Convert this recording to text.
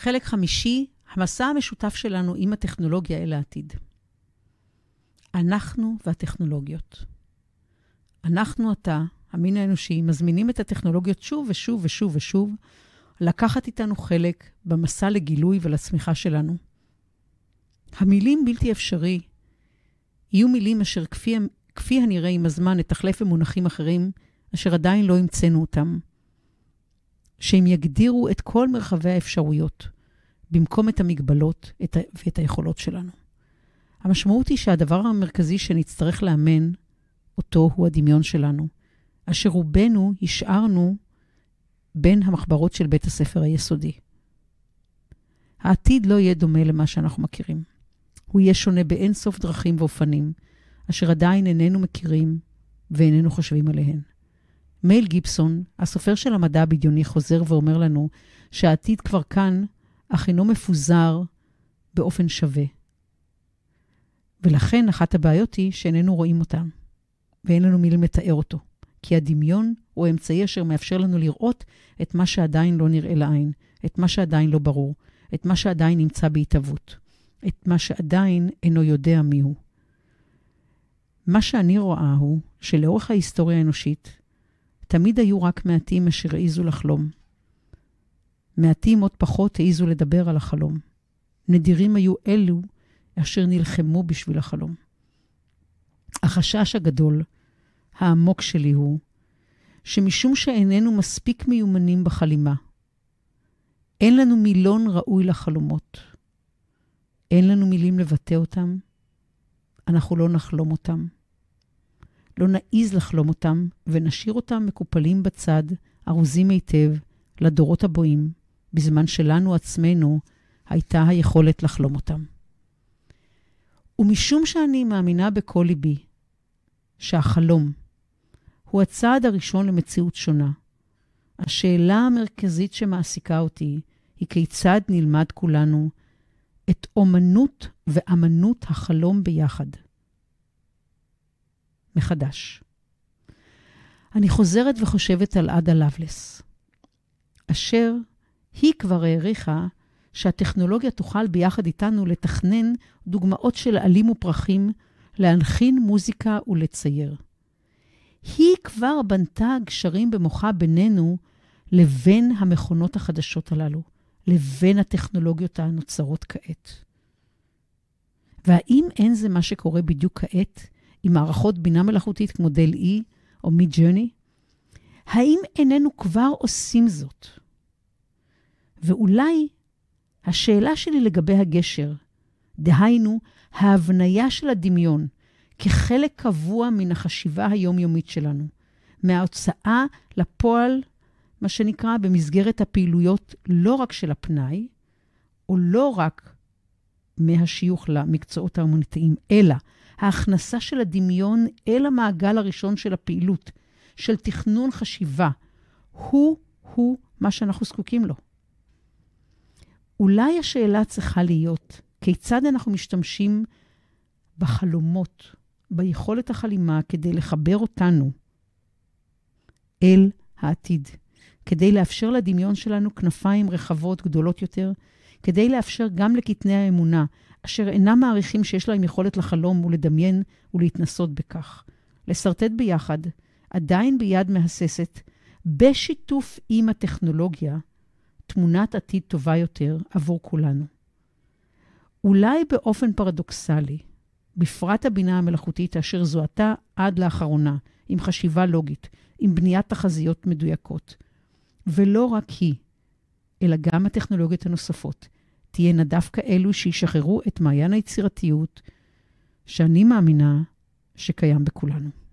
חלק חמישי, המסע המשותף שלנו עם הטכנולוגיה אל העתיד. אנחנו והטכנולוגיות. אנחנו, אתה, המין האנושי, מזמינים את הטכנולוגיות שוב ושוב ושוב ושוב, לקחת איתנו חלק במסע לגילוי ולצמיחה שלנו. המילים בלתי אפשרי יהיו מילים אשר כפי הנראה עם הזמן נתחלף במונחים אחרים, אשר עדיין לא המצאנו אותם. שהם יגדירו את כל מרחבי האפשרויות, במקום את המגבלות ואת היכולות שלנו. המשמעות היא שהדבר המרכזי שנצטרך לאמן אותו הוא הדמיון שלנו, אשר רובנו השארנו בין המחברות של בית הספר היסודי. העתיד לא יהיה דומה למה שאנחנו מכירים. הוא יהיה שונה באין סוף דרכים ואופנים, אשר עדיין איננו מכירים ואיננו חושבים עליהן. מייל גיבסון, הסופר של המדע הבדיוני, חוזר ואומר לנו שהעתיד כבר כאן, אך אינו מפוזר באופן שווה. ולכן אחת הבעיות היא שאיננו רואים אותם, ואין לנו מילים לתאר אותו. כי הדמיון הוא האמצעי אשר מאפשר לנו לראות את מה שעדיין לא נראה לעין, את מה שעדיין לא ברור, את מה שעדיין נמצא בהתהוות, את מה שעדיין אינו יודע מיהו. מה שאני רואה הוא שלאורך ההיסטוריה האנושית, תמיד היו רק מעטים אשר העיזו לחלום. מעטים עוד פחות העיזו לדבר על החלום. נדירים היו אלו אשר נלחמו בשביל החלום. החשש הגדול, העמוק שלי הוא, שמשום שאיננו מספיק מיומנים בחלימה, אין לנו מילון ראוי לחלומות, אין לנו מילים לבטא אותם, אנחנו לא נחלום אותם. לא נעיז לחלום אותם, ונשאיר אותם מקופלים בצד, ארוזים היטב, לדורות הבאים, בזמן שלנו עצמנו הייתה היכולת לחלום אותם. ומשום שאני מאמינה בכל ליבי, שהחלום הוא הצעד הראשון למציאות שונה, השאלה המרכזית שמעסיקה אותי היא כיצד נלמד כולנו את אומנות ואמנות החלום ביחד. מחדש. אני חוזרת וחושבת על עדה לבלס, אשר היא כבר העריכה שהטכנולוגיה תוכל ביחד איתנו לתכנן דוגמאות של עלים ופרחים, להנחין מוזיקה ולצייר. היא כבר בנתה גשרים במוחה בינינו לבין המכונות החדשות הללו, לבין הטכנולוגיות הנוצרות כעת. והאם אין זה מה שקורה בדיוק כעת עם מערכות בינה מלאכותית כמו דל E או מידג'רני? האם איננו כבר עושים זאת? ואולי השאלה שלי לגבי הגשר, דהיינו ההבניה של הדמיון כחלק קבוע מן החשיבה היומיומית שלנו, מההוצאה לפועל, מה שנקרא, במסגרת הפעילויות לא רק של הפנאי, או לא רק מהשיוך למקצועות האומנותיים, אלא ההכנסה של הדמיון אל המעגל הראשון של הפעילות, של תכנון חשיבה, הוא מה שאנחנו זקוקים לו. אולי השאלה צריכה להיות, כיצד אנחנו משתמשים בחלומות, ביכולת החלימה, כדי לחבר אותנו אל העתיד, כדי לאפשר לדמיון שלנו כנפיים רחבות גדולות יותר, כדי לאפשר גם לקטני האמונה, אשר אינם מעריכים שיש להם יכולת לחלום ולדמיין ולהתנסות בכך. לסרטט ביחד, עדיין ביד מהססת, בשיתוף עם הטכנולוגיה, תמונת עתיד טובה יותר עבור כולנו. אולי באופן פרדוקסלי, בפרט הבינה המלאכותית אשר זוהתה עד לאחרונה, עם חשיבה לוגית, עם בניית תחזיות מדויקות, ולא רק היא, אלא גם הטכנולוגיות הנוספות, תהיינה דווקא אלו שישחררו את מעיין היצירתיות, שאני מאמינה שקיים בכולנו.